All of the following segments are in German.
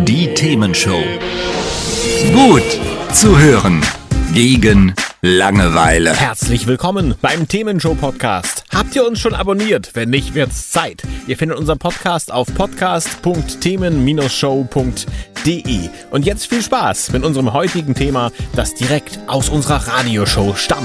Die Themenshow. Gut zu hören. Gegen Langeweile. Herzlich willkommen beim Themenshow-Podcast. Habt ihr uns schon abonniert? Wenn nicht, wird's Zeit. Ihr findet unseren Podcast auf podcast.themen-show.de. Und jetzt viel Spaß mit unserem heutigen Thema, das direkt aus unserer Radioshow stammt.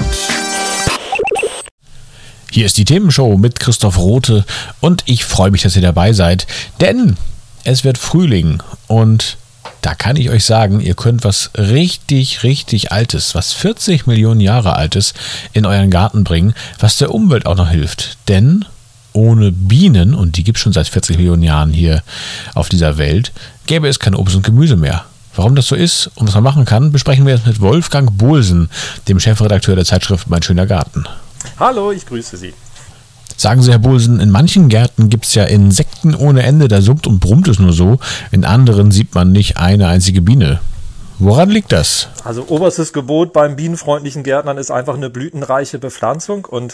Hier ist die Themenshow mit Christoph Rothe und ich freue mich, dass ihr dabei seid, denn es wird Frühling und da kann ich euch sagen, ihr könnt was richtig Altes, was 40 Millionen Jahre Altes in euren Garten bringen, was der Umwelt auch noch hilft. Denn ohne Bienen, und die gibt es schon seit 40 Millionen Jahren hier auf dieser Welt, gäbe es kein Obst und Gemüse mehr. Warum das so ist und was man machen kann, besprechen wir jetzt mit Wolfgang Bohlsen, dem Chefredakteur der Zeitschrift Mein schöner Garten. Hallo, ich grüße Sie. Sagen Sie, Herr Bohlsen, in manchen Gärten gibt es ja Insekten ohne Ende, da summt und brummt es nur so. In anderen sieht man nicht eine einzige Biene. Woran liegt das? Also oberstes Gebot beim bienenfreundlichen Gärtnern ist einfach eine blütenreiche Bepflanzung und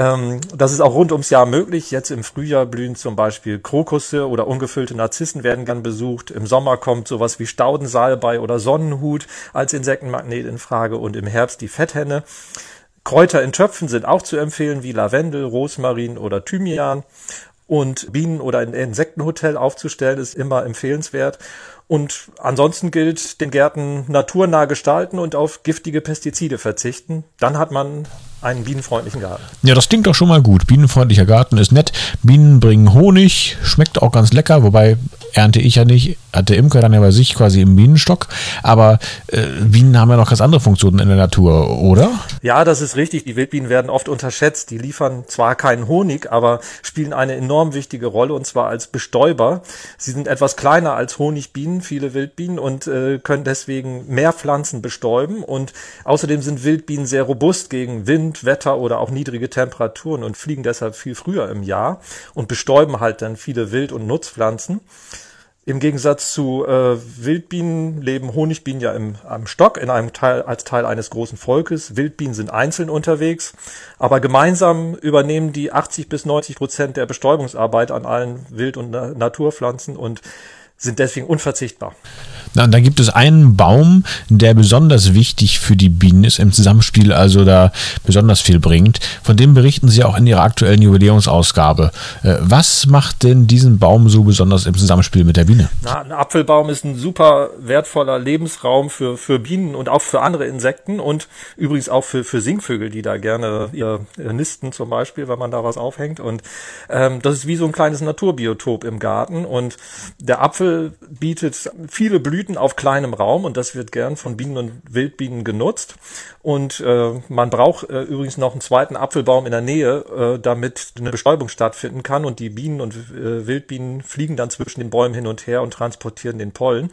das ist auch rund ums Jahr möglich. Jetzt im Frühjahr blühen zum Beispiel Krokusse oder ungefüllte Narzissen werden gern besucht. Im Sommer kommt sowas wie Staudensalbei oder Sonnenhut als Insektenmagnet in Frage und im Herbst die Fetthenne. Kräuter in Töpfen sind auch zu empfehlen, wie Lavendel, Rosmarin oder Thymian. Und Bienen- oder ein Insektenhotel aufzustellen, ist immer empfehlenswert. Und ansonsten gilt, den Gärten naturnah gestalten und auf giftige Pestizide verzichten. Dann hat man einen bienenfreundlichen Garten. Ja, das klingt doch schon mal gut. Bienenfreundlicher Garten ist nett. Bienen bringen Honig, schmeckt auch ganz lecker, wobei ernte ich ja nicht, hat der Imker dann ja bei sich quasi im Bienenstock. Aber Bienen haben ja noch ganz andere Funktionen in der Natur, oder? Ja, das ist richtig. Die Wildbienen werden oft unterschätzt. Die liefern zwar keinen Honig, aber spielen eine enorm wichtige Rolle, und zwar als Bestäuber. Sie sind etwas kleiner als Honigbienen, viele Wildbienen, und können deswegen mehr Pflanzen bestäuben. Und außerdem sind Wildbienen sehr robust gegen Wind, Wetter oder auch niedrige Temperaturen und fliegen deshalb viel früher im Jahr und bestäuben halt dann viele Wild- und Nutzpflanzen. Im Gegensatz zu Wildbienen leben Honigbienen ja am Stock als Teil eines großen Volkes. Wildbienen sind einzeln unterwegs, aber gemeinsam übernehmen die 80-90% der Bestäubungsarbeit an allen Wild- und Naturpflanzen und sind deswegen unverzichtbar. Na, und da gibt es einen Baum, der besonders wichtig für die Bienen ist, im Zusammenspiel also da besonders viel bringt. Von dem berichten Sie auch in Ihrer aktuellen Jubiläumsausgabe. Was macht denn diesen Baum so besonders im Zusammenspiel mit der Biene? Ein Apfelbaum ist ein super wertvoller Lebensraum für Bienen und auch für andere Insekten und übrigens auch für Singvögel, die da gerne ihr nisten zum Beispiel, wenn man da was aufhängt. Und das ist wie so ein kleines Naturbiotop im Garten. Und der Apfel bietet viele Blüten auf kleinem Raum und das wird gern von Bienen und Wildbienen genutzt. Und man braucht übrigens noch einen zweiten Apfelbaum in der Nähe, damit eine Bestäubung stattfinden kann. Und die Bienen und Wildbienen fliegen dann zwischen den Bäumen hin und her und transportieren den Pollen.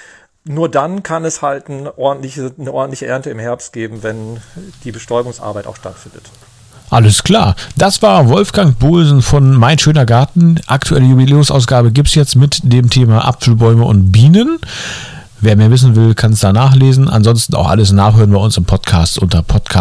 Nur dann kann es halt eine ordentliche Ernte im Herbst geben, wenn die Bestäubungsarbeit auch stattfindet. Alles klar. Das war Wolfgang Bohlsen von Mein schöner Garten. Aktuelle Jubiläumsausgabe gibt es jetzt mit dem Thema Apfelbäume und Bienen. Wer mehr wissen will, kann es da nachlesen. Ansonsten auch alles nachhören bei uns im Podcast unter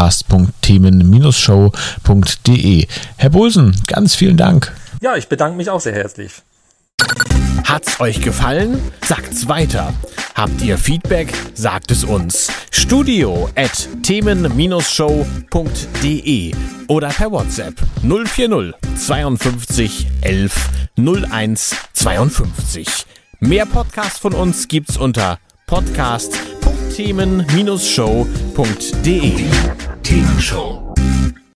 podcast.themen-show.de. Herr Bohlsen, ganz vielen Dank. Ja, ich bedanke mich auch sehr herzlich. Hat's euch gefallen? Sagt's weiter. Habt ihr Feedback? Sagt es uns. studio@themen-show.de oder per WhatsApp 040 52 11 01 52. Mehr Podcasts von uns gibt's unter podcast.themen-show.de. Themenshow.